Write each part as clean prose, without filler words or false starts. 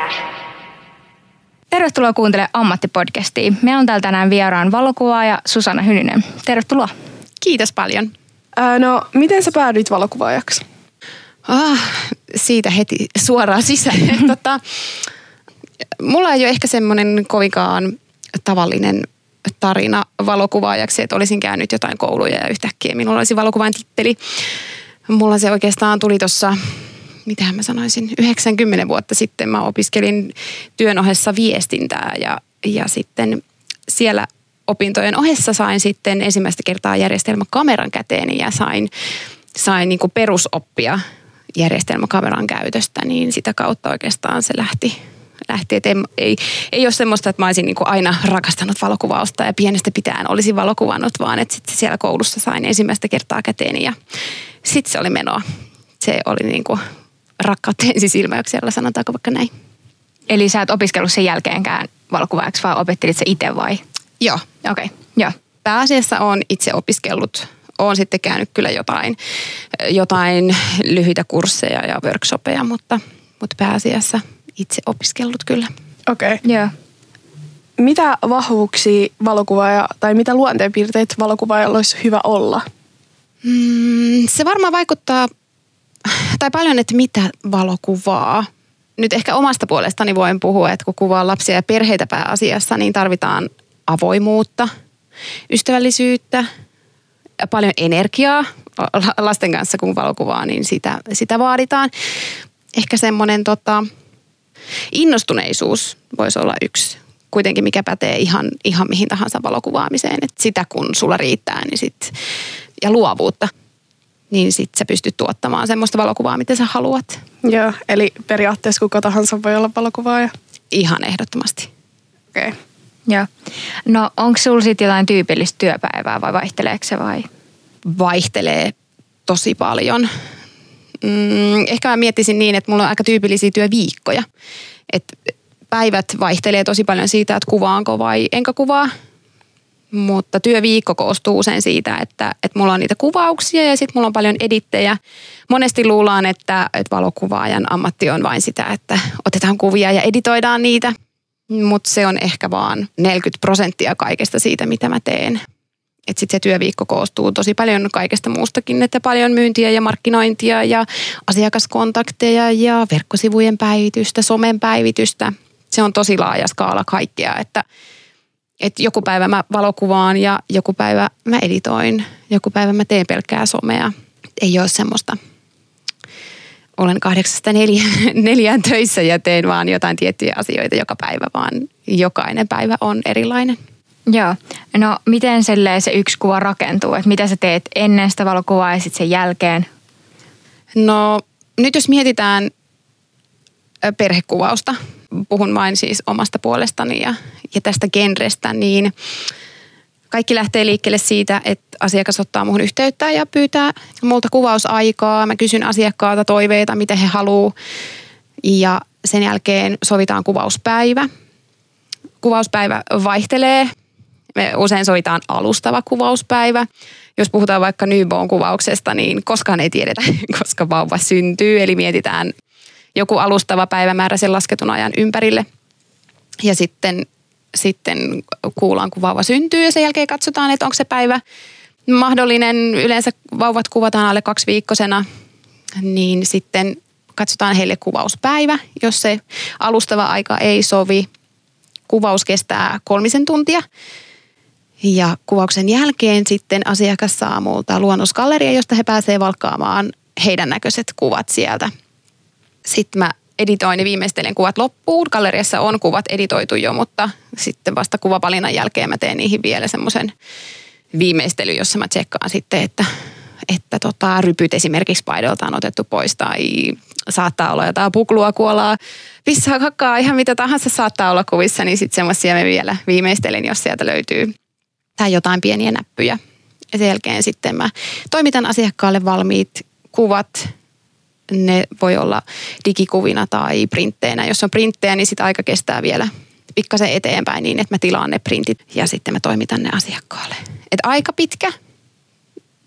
Tervetuloa kuuntelemaan Ammattipodcastia. Meillä on täällä tänään vieraan valokuvaaja Susanna Hyninen. Tervetuloa. Kiitos paljon. No, miten sä päädyit valokuvaajaksi? Siitä heti suoraan sisään. Mulla ei ole ehkä semmoinen kovinkaan tavallinen tarina valokuvaajaksi, että olisin käynyt jotain kouluja ja yhtäkkiä minulla olisi valokuvaajan titteli. Mulla se oikeastaan tuli tuossa, mitähän mä sanoisin, 90 vuotta sitten. Mä opiskelin työn ohessa viestintää ja sitten siellä opintojen ohessa sain sitten ensimmäistä kertaa järjestelmäkameran käteeni ja sain niin kuin perusoppia järjestelmäkameran käytöstä, niin sitä kautta oikeastaan se lähti. Että ei ole semmoista, että mä olisin niin kuin aina rakastanut valokuvausta ja pienestä pitäen olisin valokuvannut, vaan että sitten siellä koulussa sain ensimmäistä kertaa käteeni ja sitten se oli menoa. Se oli niin kuin rakkautta ensisilmäyksellä, sanotaanko vaikka näin. Eli sä et opiskellut sen jälkeenkään valokuvaajaksi, vai opettelit se itse vai? Joo. Okei, joo. Pääasiassa olen itse opiskellut. Olen sitten käynyt kyllä jotain lyhyitä kursseja ja workshopeja, mutta pääasiassa itse opiskellut kyllä. Okei. Joo. Mitä vahvuuksia valokuvaaja tai mitä luonteenpiirteitä valokuvaajalla olisi hyvä olla? Se varmaan vaikuttaa, tai paljon, että mitä valokuvaa. Nyt ehkä omasta puolestani voin puhua, että kun kuvaa lapsia ja perheitä pääasiassa, niin tarvitaan avoimuutta, ystävällisyyttä, paljon energiaa. Lasten kanssa kun valokuvaa, niin sitä vaaditaan. Ehkä semmoinen innostuneisuus voisi olla yksi kuitenkin, mikä pätee ihan mihin tahansa valokuvaamiseen. Että sitä kun sulla riittää niin ja luovuutta, niin sit sä pystyt tuottamaan semmoista valokuvaa, mitä sä haluat. Joo, eli periaatteessa kuka tahansa voi olla valokuvaaja? Ihan ehdottomasti. Okei. Joo. No onko sulla sitten jotain tyypillistä työpäivää vai vaihteleeko se vai? Vaihtelee tosi paljon. Ehkä mä miettisin niin, että mulla on aika tyypillisiä työviikkoja. Että päivät vaihtelee tosi paljon siitä, että kuvaanko vai enkä kuvaa. Mutta työviikko koostuu usein siitä, että mulla on niitä kuvauksia ja sitten mulla on paljon edittejä. Monesti luullaan, että valokuvaajan ammatti on vain sitä, että otetaan kuvia ja editoidaan niitä. Mutta se on ehkä vaan 40% kaikesta siitä, mitä mä teen. Että sitten se työviikko koostuu tosi paljon kaikesta muustakin, että paljon myyntiä ja markkinointia ja asiakaskontakteja ja verkkosivujen päivitystä, somen päivitystä. Se on tosi laaja skaala kaikkea, että joku päivä mä valokuvaan ja joku päivä mä editoin, joku päivä mä teen pelkkää somea. Ei ole semmoista, olen 8-4 töissä ja teen vaan jotain tiettyjä asioita joka päivä, vaan jokainen päivä on erilainen. Joo. No miten se yksi kuva rakentuu? Että mitä sä teet ennen sitä valokuvaa ja sitten sen jälkeen? No nyt jos mietitään perhekuvausta, puhun vain siis omasta puolestani ja tästä genrestä, niin kaikki lähtee liikkeelle siitä, että asiakas ottaa muhun yhteyttä ja pyytää multa kuvausaikaa. Mä kysyn asiakkaalta toiveita, mitä he haluaa ja sen jälkeen sovitaan kuvauspäivä. Kuvauspäivä vaihtelee. Me usein sovitaan alustava kuvauspäivä. Jos puhutaan vaikka newborn-kuvauksesta, niin koskaan ei tiedetä, koska vauva syntyy. Eli mietitään joku alustava päivämäärä sen lasketun ajan ympärille. Ja sitten kuullaan, kun vauva syntyy ja sen jälkeen katsotaan, että onko se päivä mahdollinen. Yleensä vauvat kuvataan alle 2-viikkosena, niin sitten katsotaan heille kuvauspäivä. Jos se alustava aika ei sovi, kuvaus kestää 3 tuntia. Ja kuvauksen jälkeen sitten asiakas saa multa luonnosgalleria, josta he pääsee valkkaamaan heidän näköiset kuvat sieltä. Sitten mä editoin ja viimeistelen kuvat loppuun. Galleriassa on kuvat editoitu jo, mutta sitten vasta kuvapalinnan jälkeen mä teen niihin vielä semmoisen viimeistelyn, jossa mä tsekkaan sitten, että rypyt esimerkiksi paidolta on otettu pois tai saattaa olla jotain puklua, kuolaa, pissaa, kakkaa, ihan mitä tahansa saattaa olla kuvissa, niin sitten semmoisia me vielä viimeistelen, jos sieltä löytyy tai jotain pieniä näppyjä. Ja sen jälkeen sitten mä toimitan asiakkaalle valmiit kuvat. Ne voi olla digikuvina tai printteinä. Jos on printtejä, niin sitten aika kestää vielä pikkasen eteenpäin niin, että mä tilaan ne printit ja sitten mä toimitan ne asiakkaalle. Et aika pitkä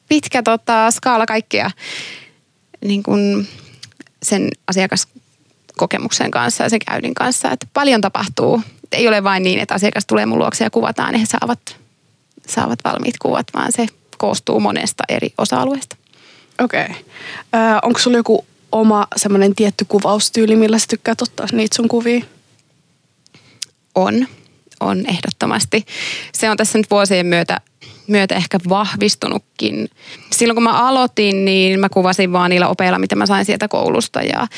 skaala kaikkea niin kun sen kokemuksen kanssa ja sen käynnin kanssa, että paljon tapahtuu. Ei ole vain niin, että asiakas tulee mun luokse ja kuvataan ja he saavat valmiit kuvat, vaan se koostuu monesta eri osa-alueesta. Okei. Onko sulla joku oma semmoinen tietty kuvaustyyli, millä sä tykkäät ottaa niitä sun kuvia? On ehdottomasti. Se on tässä nyt vuosien myötä ehkä vahvistunutkin. Silloin kun mä aloitin, niin mä kuvasin vaan niillä opeilla, mitä mä sain sieltä koulusta ja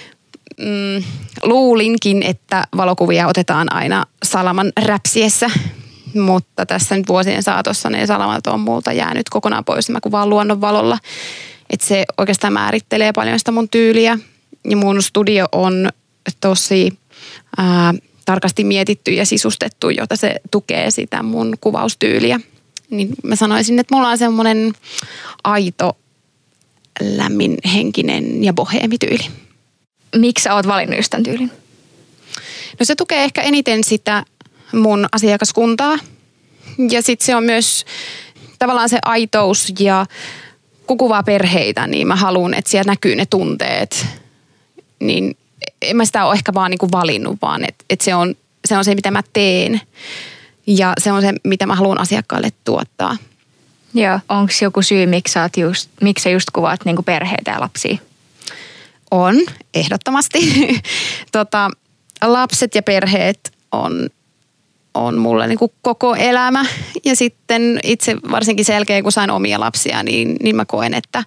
luulinkin, että valokuvia otetaan aina salaman räpsiessä, mutta tässä nyt vuosien saatossa ne salamat on multa jäänyt kokonaan pois. Mä kuvaan luonnonvalolla, että se oikeastaan määrittelee paljon sitä mun tyyliä ja mun studio on tosi tarkasti mietitty ja sisustettu, jota se tukee sitä mun kuvaustyyliä. Niin mä sanoisin, että mulla on semmoinen aito, lämminhenkinen ja boheemityyli. Miksi sä oot valinnut just tämän tyylin? No se tukee ehkä eniten sitä mun asiakaskuntaa. Ja sitten se on myös tavallaan se aitous ja kun kuvaa perheitä, niin mä haluan, että siellä näkyy ne tunteet. Niin en mä sitä ole ehkä vaan niinku valinnut, vaan että se on se, mitä mä teen. Ja se on se, mitä mä haluan asiakkaalle tuottaa. Joo. Onko joku syy, miksi sä just kuvaat niinku perheitä ja lapsia? On, ehdottomasti. Lapset ja perheet on mulle niinku koko elämä. Ja sitten itse varsinkin sen jälkeen, kun sain omia lapsia, niin mä koen, että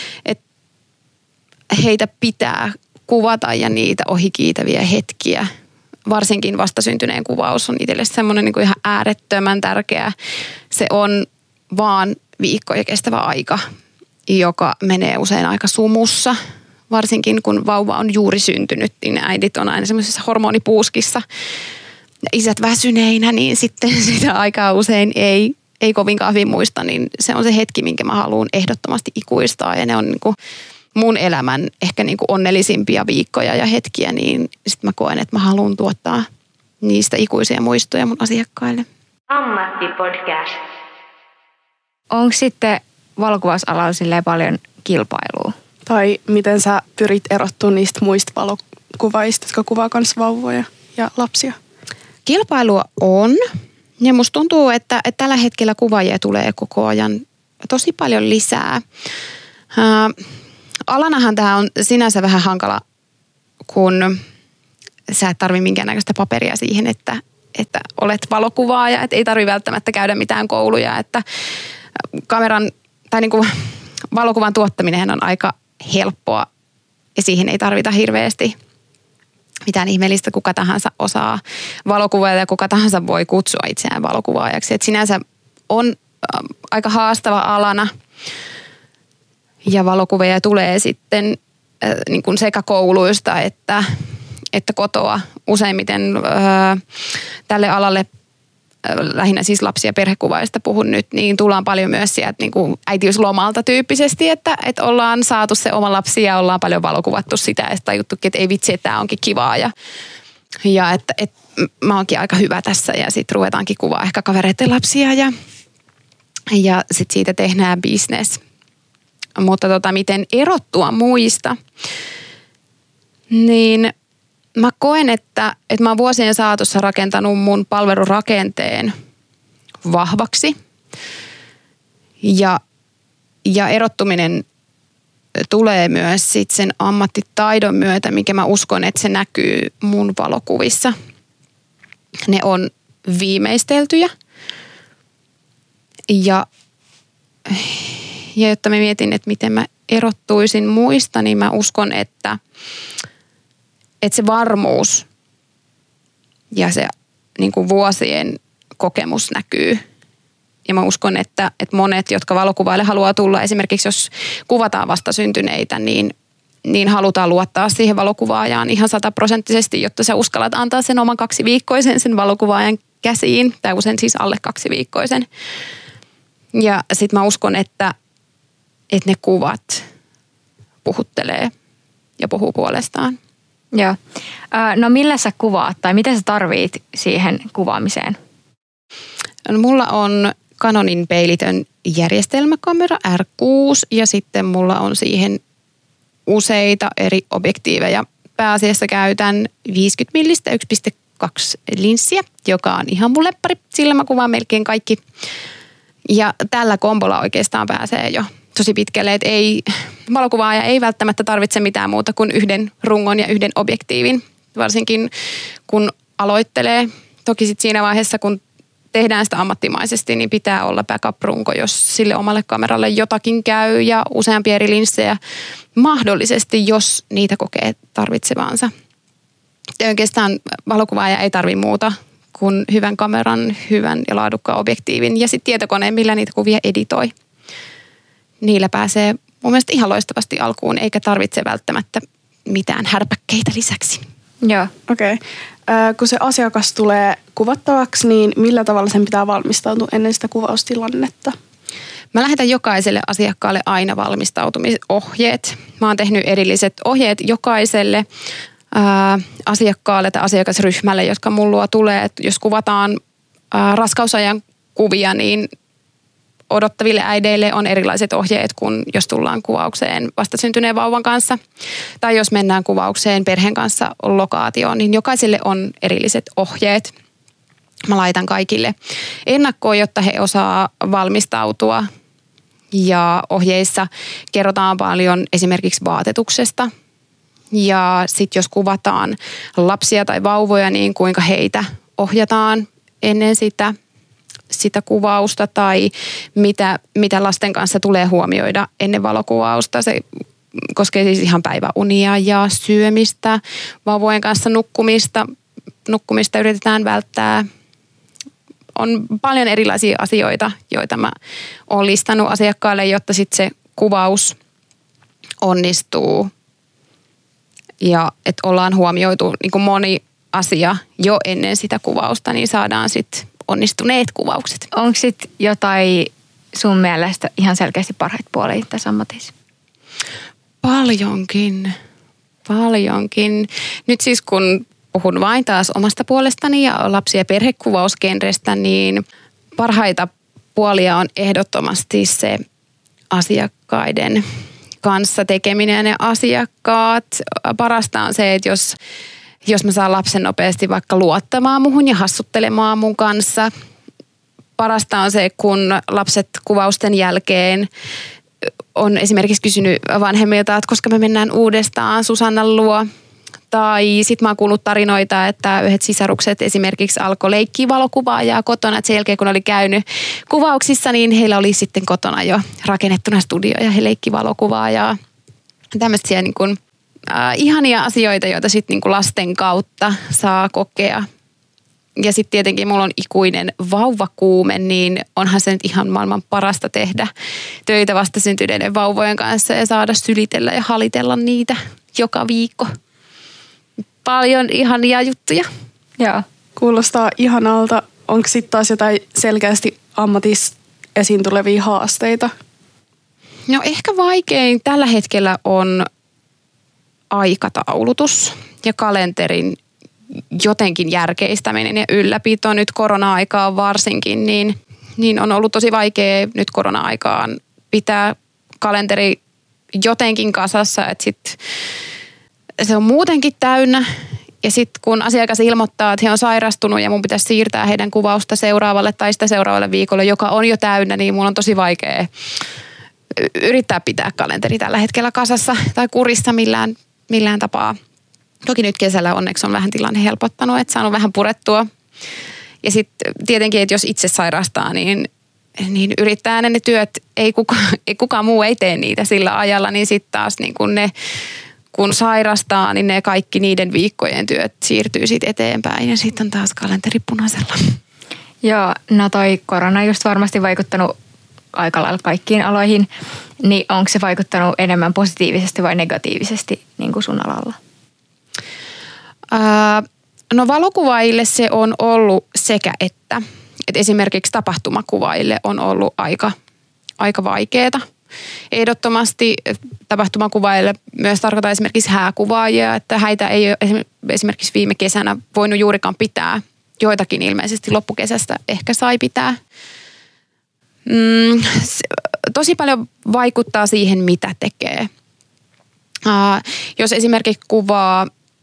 heitä pitää kuvata ja niitä ohikiitäviä hetkiä. Varsinkin vastasyntyneen kuvaus on itselle semmoinen niin kuin ihan äärettömän tärkeä. Se on vaan viikkoja kestävä aika, joka menee usein aika sumussa. Varsinkin kun vauva on juuri syntynyt, niin äidit on aina semmoisessa hormonipuuskissa. Ja isät väsyneinä, niin sitten sitä aikaa usein ei kovinkaan hyvin muista. Niin se on se hetki, minkä mä haluan ehdottomasti ikuistaa. Ja ne on niin kuin mun elämän ehkä niin kuin onnellisimpia viikkoja ja hetkiä, niin sitten mä koen, että mä haluan tuottaa niistä ikuisia muistoja mun asiakkaille. Ammattipodcast. Onko sitten valokuvausalalla silleen paljon kilpailua? Tai miten sä pyrit erottumaan niistä muista valokuvaista, jotka kuvaa myös vauvoja ja lapsia? Kilpailua on. Ja musta tuntuu, että tällä hetkellä kuvaajia tulee koko ajan tosi paljon lisää. Alanahan tämä on sinänsä vähän hankala, kun sä et tarvi minkäännäköistä paperia siihen, että olet valokuvaaja, että ei tarvi välttämättä käydä mitään kouluja, että kameran tai niin kuin valokuvan tuottaminen on aika helppoa ja siihen ei tarvita hirveästi mitään ihmeellistä, kuka tahansa osaa valokuvaa ja kuka tahansa voi kutsua itseään valokuvaajaksi. Et sinänsä on aika haastava alana ja valokuvia tulee sitten niin kuin sekä kouluista että kotoa. Useimmiten tälle alalle, lähinnä siis lapsi- ja perhekuvaajista puhun nyt, niin tullaan paljon myös sieltä niin kuin äitiyslomalta tyyppisesti, että ollaan saatu se oma lapsi ja ollaan paljon valokuvattu sitä ja tajuttukin, että ei vitsi, että tämä onkin kivaa ja että mä oonkin aika hyvä tässä ja sitten ruvetaankin kuvaa ehkä kavereiden lapsia ja sitten siitä tehdään business. Mutta miten erottua muista, niin mä koen, että mä oon vuosien saatossa rakentanut mun palvelurakenteen vahvaksi. Ja erottuminen tulee myös sit sen ammattitaidon myötä, mikä mä uskon, että se näkyy mun valokuvissa. Ne on viimeisteltyjä. Ja jotta mä mietin, että miten mä erottuisin muista, niin mä uskon, että se varmuus ja se niin kuin vuosien kokemus näkyy. Ja mä uskon, että monet, jotka valokuvaille haluaa tulla, esimerkiksi jos kuvataan vastasyntyneitä, niin halutaan luottaa siihen valokuvaajaan ihan 100%, jotta sä uskallat antaa sen oman 2-viikkoisen sen valokuvaajan käsiin, tai usein siis alle 2-viikkoisen. Ja sit mä uskon, että ne kuvat puhuttelee ja puhuu puolestaan. Joo. No millä sä kuvaat tai mitä sä tarvit siihen kuvaamiseen? No, mulla on Canonin peilitön järjestelmäkamera R6 ja sitten mulla on siihen useita eri objektiiveja pääasiassa käytän 50 millistä 1,2 linssiä, joka on ihan mun leppari. Sillä mä kuvaan melkein kaikki. Ja tällä kombolla oikeastaan pääsee jo tosi pitkälle, että valokuvaaja ei välttämättä tarvitse mitään muuta kuin yhden rungon ja yhden objektiivin. Varsinkin kun aloittelee. Toki sitten siinä vaiheessa, kun tehdään sitä ammattimaisesti, niin pitää olla backup-runko, jos sille omalle kameralle jotakin käy ja useampia eri linssejä mahdollisesti, jos niitä kokee tarvitsevansa. Oikeastaan valokuvaaja ei tarvitse muuta kuin hyvän kameran, hyvän ja laadukkaan objektiivin ja sitten tietokoneen, millä niitä kuvia editoi. Niillä pääsee mun mielestä ihan loistavasti alkuun, eikä tarvitse välttämättä mitään härpäkkeitä lisäksi. Joo. Okei. Kun se asiakas tulee kuvattavaksi, niin millä tavalla sen pitää valmistautua ennen sitä kuvaustilannetta? Mä lähetän jokaiselle asiakkaalle aina valmistautumisohjeet. Mä oon tehnyt erilliset ohjeet jokaiselle asiakkaalle tai asiakasryhmälle, jotka mun luo tulee. Et jos kuvataan raskausajan kuvia, niin odottaville äideille on erilaiset ohjeet kuin jos tullaan kuvaukseen vastasyntyneen vauvan kanssa. Tai jos mennään kuvaukseen perheen kanssa lokaatioon, niin jokaiselle on erilliset ohjeet. Mä laitan kaikille ennakkoon, jotta he osaa valmistautua. Ja ohjeissa kerrotaan paljon esimerkiksi vaatetuksesta. Ja sitten jos kuvataan lapsia tai vauvoja, niin kuinka heitä ohjataan ennen sitä kuvausta tai mitä lasten kanssa tulee huomioida ennen valokuvausta. Se koskee siis ihan päiväunia ja syömistä, vauvojen kanssa nukkumista. Nukkumista yritetään välttää. On paljon erilaisia asioita, joita mä oon listannut asiakkaille, jotta sitten se kuvaus onnistuu. Ja että ollaan huomioitu niin kuin moni asia jo ennen sitä kuvausta, niin saadaan sitten onnistuneet kuvaukset. Onko sitten jotain sun mielestä ihan selkeästi parhaita puolia tässä ammatissa? Paljonkin. Nyt siis kun puhun vain taas omasta puolestani ja lapsi- ja perhekuvausgenrestä, niin parhaita puolia on ehdottomasti se asiakkaiden kanssa tekeminen ja ne asiakkaat. Parasta on se, että jos mä saan lapsen nopeasti vaikka luottamaan muhun ja hassuttelemaan mun kanssa. Parasta on se, kun lapset kuvausten jälkeen on esimerkiksi kysynyt vanhemmilta, että koska me mennään uudestaan Susannan luo. Tai sit mä oon kuullut tarinoita, että yhdet sisarukset esimerkiksi alkoi leikkiä valokuvaajaa kotona. Että sen jälkeen, kun oli käynyt kuvauksissa, niin heillä oli sitten kotona jo rakennettuna studio ja he leikki valokuvaajaa. Tämmöisiä niin kuin ihania asioita, joita sitten niin kuin lasten kautta saa kokea. Ja sitten tietenkin mulla on ikuinen vauvakuume, niin onhan se nyt ihan maailman parasta tehdä töitä vastasyntyneiden vauvojen kanssa ja saada sylitellä ja halitella niitä joka viikko. Paljon ihania juttuja. Joo. Kuulostaa ihanalta. Onko sitten taas jotain selkeästi ammatissa esiin tulevia haasteita? No ehkä vaikein tällä hetkellä on aikataulutus ja kalenterin jotenkin järkeistäminen ja ylläpito. Nyt korona-aikaa varsinkin, niin on ollut tosi vaikea nyt korona-aikaan pitää kalenteri jotenkin kasassa, että sitten se on muutenkin täynnä. Ja sitten kun asiakas ilmoittaa, että he on sairastunut ja mun pitäisi siirtää heidän kuvausta seuraavalle tai sitä seuraavalle viikolle, joka on jo täynnä, niin mun on tosi vaikea yrittää pitää kalenteri tällä hetkellä kasassa tai kurissa millään tapaa. Toki nyt kesällä onneksi on vähän tilanne helpottanut, että saanut vähän purettua. Ja sitten tietenkin, että jos itse sairastaa, niin yrittää ne työt, ei kukaan muu ei tee niitä sillä ajalla, niin sitten taas niin kun sairastaa, niin ne kaikki niiden viikkojen työt siirtyy sitten eteenpäin ja sitten on taas kalenteri punaisella. Joo, no toi korona just varmasti vaikuttanut aika lailla kaikkiin aloihin, niin onko se vaikuttanut enemmän positiivisesti vai negatiivisesti niin kuin sun alalla? No valokuvaajille se on ollut sekä että. Et esimerkiksi tapahtumakuvaajille on ollut aika vaikeeta. Ehdottomasti tapahtumakuvaajille myös tarkoittaa esimerkiksi hääkuvaajia, että häitä ei ole esimerkiksi viime kesänä voinut juurikaan pitää. Joitakin ilmeisesti loppukesästä ehkä sai pitää. Tosi paljon vaikuttaa siihen, mitä tekee. Jos esimerkiksi kuvaa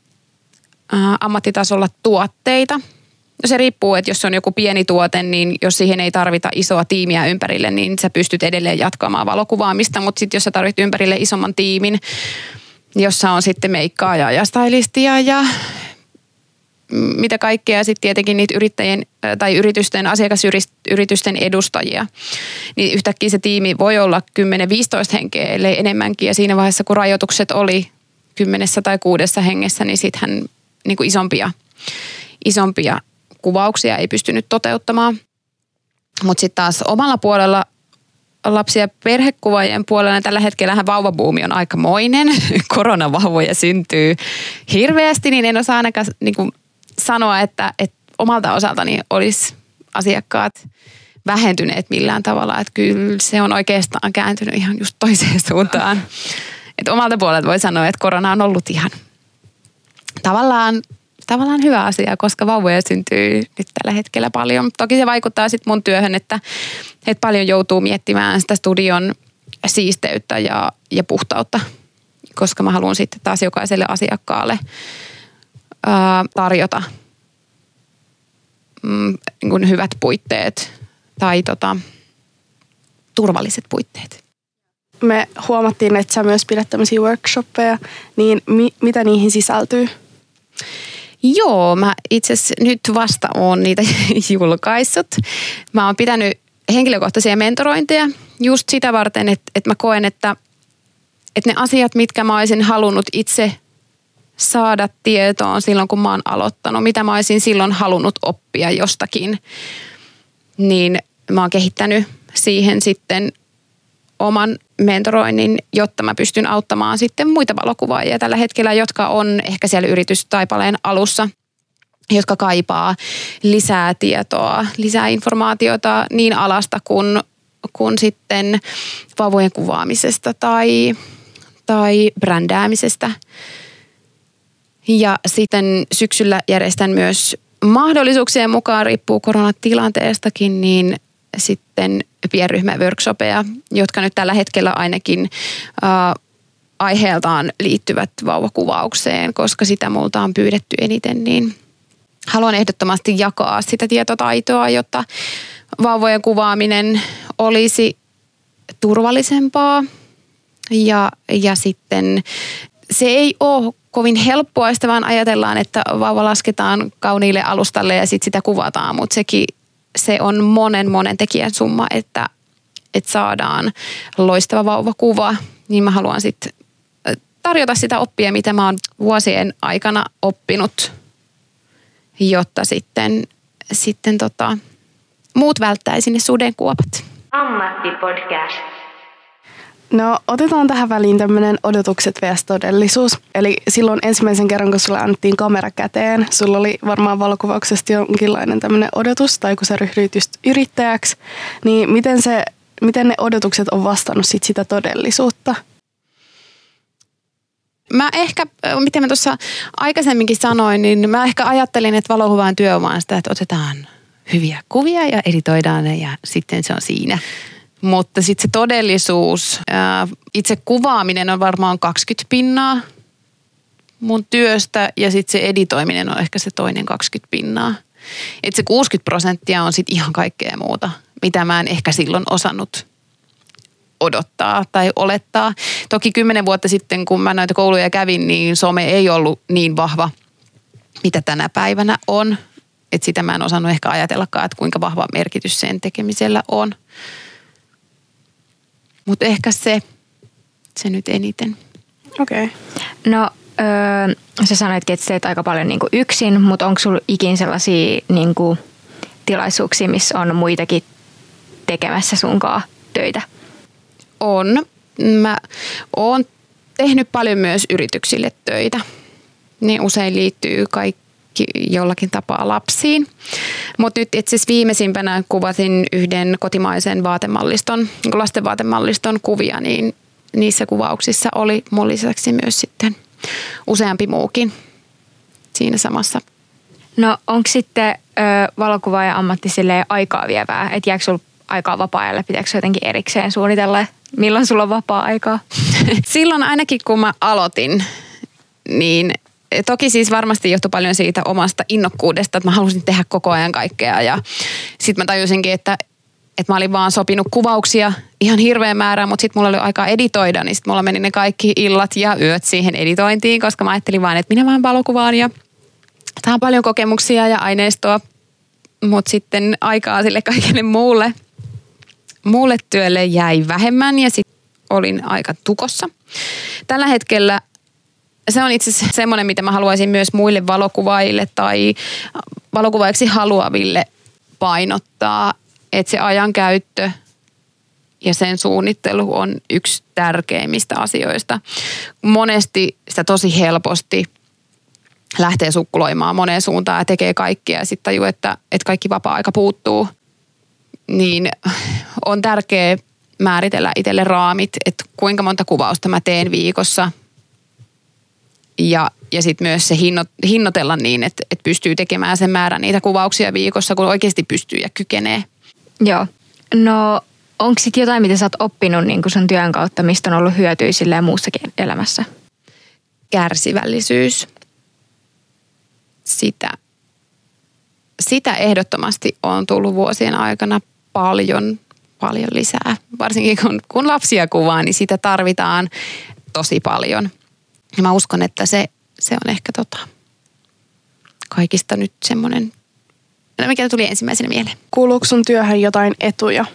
ammattitasolla tuotteita. Se riippuu, että jos on joku pieni tuote, niin jos siihen ei tarvita isoa tiimiä ympärille, niin sä pystyt edelleen jatkamaan valokuvaamista. Mutta sitten jos sä tarvit ympärille isomman tiimin, jossa on sitten meikkaaja ja stylistia ja mitä kaikkea, sitten tietenkin niitä yrittäjien tai asiakasyritysten edustajia, niin yhtäkkiä se tiimi voi olla 10-15 henkeä, ellei enemmänkin. Ja siinä vaiheessa, kun rajoitukset oli 10 tai 6 hengessä, niin sittenhän niin kuin isompia kuvauksia ei pystynyt toteuttamaan. Mutta sitten taas omalla puolella, lapsi- ja perhekuvaajien puolella, tällä hetkellähän vauvabuumi on aikamoinen. Koronavauvoja syntyy hirveästi, niin en osaa ainakaan niin kuin sanoa, että omalta osaltani olisi asiakkaat vähentyneet millään tavalla. Että kyllä se on oikeastaan kääntynyt ihan just toiseen suuntaan. Että omalta puolelta voi sanoa, että korona on ollut ihan tavallaan hyvä asia, koska vauvoja syntyy nyt tällä hetkellä paljon. Toki se vaikuttaa sitten mun työhön, että paljon joutuu miettimään sitä studion siisteyttä ja puhtautta, koska mä haluan sitten taas jokaiselle asiakkaalle tarjota niin kuin hyvät puitteet tai turvalliset puitteet. Me huomattiin, että sä myös pidät tämmöisiä workshoppeja, niin mitä niihin sisältyy? Joo, mä itse asiassa nyt vasta oon niitä julkaissut. Mä oon pitänyt henkilökohtaisia mentorointeja just sitä varten, että mä koen, että ne asiat, mitkä mä olisin halunnut itse saada tietoon silloin, kun mä oon aloittanut, mitä mä olisin silloin halunnut oppia jostakin, niin mä oon kehittänyt siihen sitten oman mentoroinnin, jotta mä pystyn auttamaan sitten muita valokuvaajia tällä hetkellä, jotka on ehkä siellä yritystaipaleen alussa, jotka kaipaa lisää tietoa, lisää informaatiota niin alasta kuin sitten vauvojen kuvaamisesta tai brändäämisestä. Ja sitten syksyllä järjestän myös mahdollisuuksien mukaan, riippuu koronatilanteestakin, niin sitten pienryhmäworkshopeja, jotka nyt tällä hetkellä ainakin aiheeltaan liittyvät vauvakuvaukseen, koska sitä multa on pyydetty eniten, niin haluan ehdottomasti jakaa sitä tietotaitoa, jotta vauvojen kuvaaminen olisi turvallisempaa ja sitten se ei ole kovin helppoa, sitä vaan ajatellaan, että vauva lasketaan kauniille alustalle ja sitten sitä kuvataan, mutta se on monen tekijän summa, että saadaan loistava vauvakuva, niin mä haluan sitten tarjota sitä oppia, mitä mä oon vuosien aikana oppinut, jotta sitten muut välttäisi ne sudenkuopat. Ammattipodcast. No otetaan tähän väliin tämmöinen odotukset vs. todellisuus. Eli silloin ensimmäisen kerran, kun sulle annettiin kamera käteen, sulla oli varmaan valokuvauksesta jonkinlainen tämmöinen odotus, tai kun sä ryhdyit just yrittäjäksi, niin miten ne odotukset on vastannut sit sitä todellisuutta? Mä ehkä, miten mä tuossa aikaisemminkin sanoin, niin mä ehkä ajattelin, että valokuvan työ on sitä, että otetaan hyviä kuvia ja editoidaan ne ja sitten se on siinä. Mutta sitten se todellisuus, itse kuvaaminen on varmaan 20% mun työstä ja sitten se editoiminen on ehkä se toinen 20%. Että se 60% on sitten ihan kaikkea muuta, mitä mä en ehkä silloin osannut odottaa tai olettaa. Toki 10 vuotta sitten, kun mä näitä kouluja kävin, niin some ei ollut niin vahva, mitä tänä päivänä on. Että sitä mä en osannut ehkä ajatellakaan, että kuinka vahva merkitys sen tekemisellä on. Mutta ehkä se nyt eniten. Okei. No sä sanoitkin, että teet aika paljon niinku yksin, mutta onko sulla ikin sellaisia niinku tilaisuuksia, missä on muitakin tekemässä sunkaan töitä? On. Mä oon tehnyt paljon myös yrityksille töitä. Ne usein liittyy kaikki jollakin tapaa lapsiin. Mutta nyt itse asiassa viimeisimpänä kuvasin yhden kotimaisen vaatemalliston, lastenvaatemalliston kuvia, niin niissä kuvauksissa oli mun lisäksi myös sitten useampi muukin siinä samassa. No onko sitten valokuvaajan ammatti silleen aikaa vievää? Että jääkö sulla aikaa vapaa-ajalle? Pitääkö jotenkin erikseen suunnitella, milloin sulla on vapaa-aikaa? Silloin ainakin kun mä aloitin, niin Toki siis varmasti johtui paljon siitä omasta innokkuudesta, että mä halusin tehdä koko ajan kaikkea. Ja sitten mä tajusinkin, että mä olin vaan sopinut kuvauksia ihan hirveän määrä, mutta sitten mulla oli aikaa editoida, niin sitten mulla meni ne kaikki illat ja yöt siihen editointiin, koska mä ajattelin vaan, että minä vaan valokuvaan ja saan paljon kokemuksia ja aineistoa, mutta sitten aikaa sille kaikille muulle työlle jäi vähemmän ja sitten olin aika tukossa. Tällä hetkellä se on itse asiassa semmoinen, mitä mä haluaisin myös muille valokuvaajille tai valokuvaajiksi haluaville painottaa, että se ajankäyttö ja sen suunnittelu on yksi tärkeimmistä asioista. Monesti sitä tosi helposti lähtee sukkuloimaan moneen suuntaan ja tekee kaikkea ja sitten tajuu, että kaikki vapaa-aika puuttuu. Niin on tärkeää määritellä itselle raamit, että kuinka monta kuvausta mä teen viikossa. Ja sitten myös se hinnoitella niin, että pystyy tekemään sen määrän niitä kuvauksia viikossa, kun oikeasti pystyy ja kykenee. Joo. No onko sitten jotain, mitä sä oot oppinut niin sun työn kautta, mistä on ollut hyötyä silleen muussakin elämässä? Kärsivällisyys. Sitä ehdottomasti on tullut vuosien aikana paljon lisää. Varsinkin kun lapsia kuvaa, niin sitä tarvitaan tosi paljon. Ja mä uskon, että se on ehkä kaikista nyt semmoinen, mikä tuli ensimmäisenä mieleen. Kuuluuko sun työhön jotain etuja?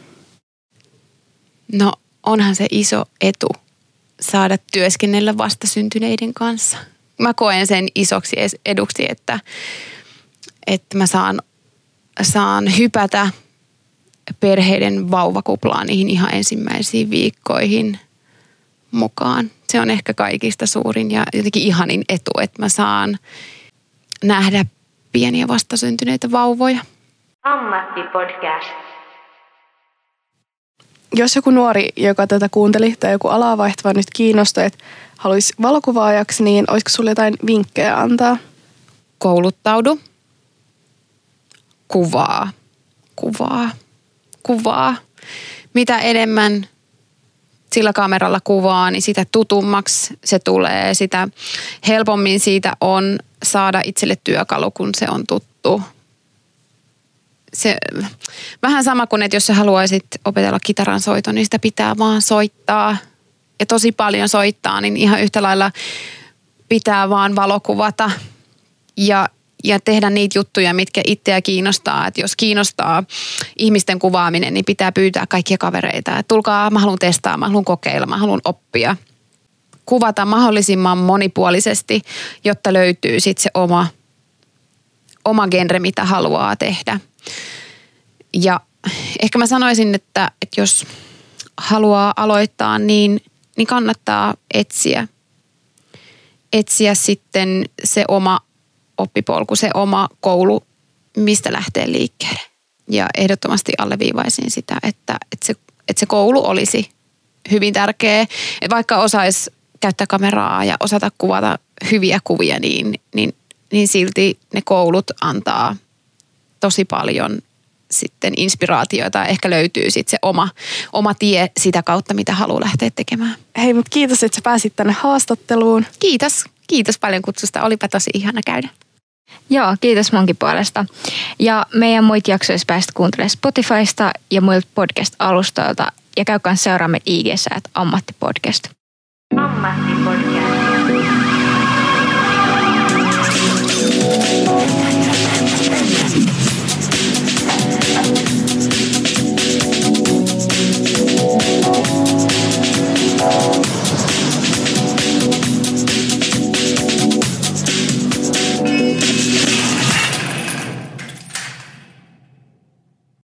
No onhan se iso etu saada työskennellä vastasyntyneiden kanssa. Mä koen sen isoksi eduksi, että mä saan hypätä perheiden vauvakuplaan niihin ihan ensimmäisiin viikkoihin mukaan. Se on ehkä kaikista suurin ja jotenkin ihanin etu, että mä saan nähdä pieniä vastasyntyneitä vauvoja. Ammattipodcast. Jos joku nuori, joka tätä kuunteli, tai joku alaa vaihtava nyt kiinnostaa, että haluaisi valokuvaajaksi, niin olisiko sulla jotain vinkkejä antaa? Kouluttaudu. Kuvaa. Mitä enemmän sillä kameralla kuvaa, niin sitä tutummaksi se tulee. Sitä helpommin siitä on saada itselle työkalu, kun se on tuttu. Se vähän sama kuin, että jos sä haluaisit opetella kitaran soiton, niin sitä pitää vaan soittaa. Ja tosi paljon soittaa, niin ihan yhtä lailla pitää vaan valokuvata ja tehdä niitä juttuja, mitkä itseä kiinnostaa. Että jos kiinnostaa ihmisten kuvaaminen, niin pitää pyytää kaikkia kavereita. Että tulkaa, mä haluan testaa, mä haluan kokeilla, mä haluan oppia. Kuvata mahdollisimman monipuolisesti, jotta löytyy sitten se oma genre, mitä haluaa tehdä. Ja ehkä mä sanoisin, että jos haluaa aloittaa, niin kannattaa etsiä sitten se oma oppipolku, se oma koulu, mistä lähtee liikkeelle. Ja ehdottomasti alleviivaisin sitä, että se koulu olisi hyvin tärkeä. Että vaikka osaisi käyttää kameraa ja osata kuvata hyviä kuvia, niin silti ne koulut antaa tosi paljon sitten inspiraatioita. Ehkä löytyy sitten se oma tie sitä kautta, mitä haluaa lähteä tekemään. Hei, mutta kiitos, että sä pääsit tänne haastatteluun. Kiitos paljon kutsusta. Olipa tosi ihana käydä. Joo, kiitos munkin puolesta. Ja meidän muita jaksoja päästä kuuntelemaan Spotifysta ja muilta podcast-alustoilta. Ja käy kanssa seuraamme IG:ssä @ammattipodcast. Ammattipodcast.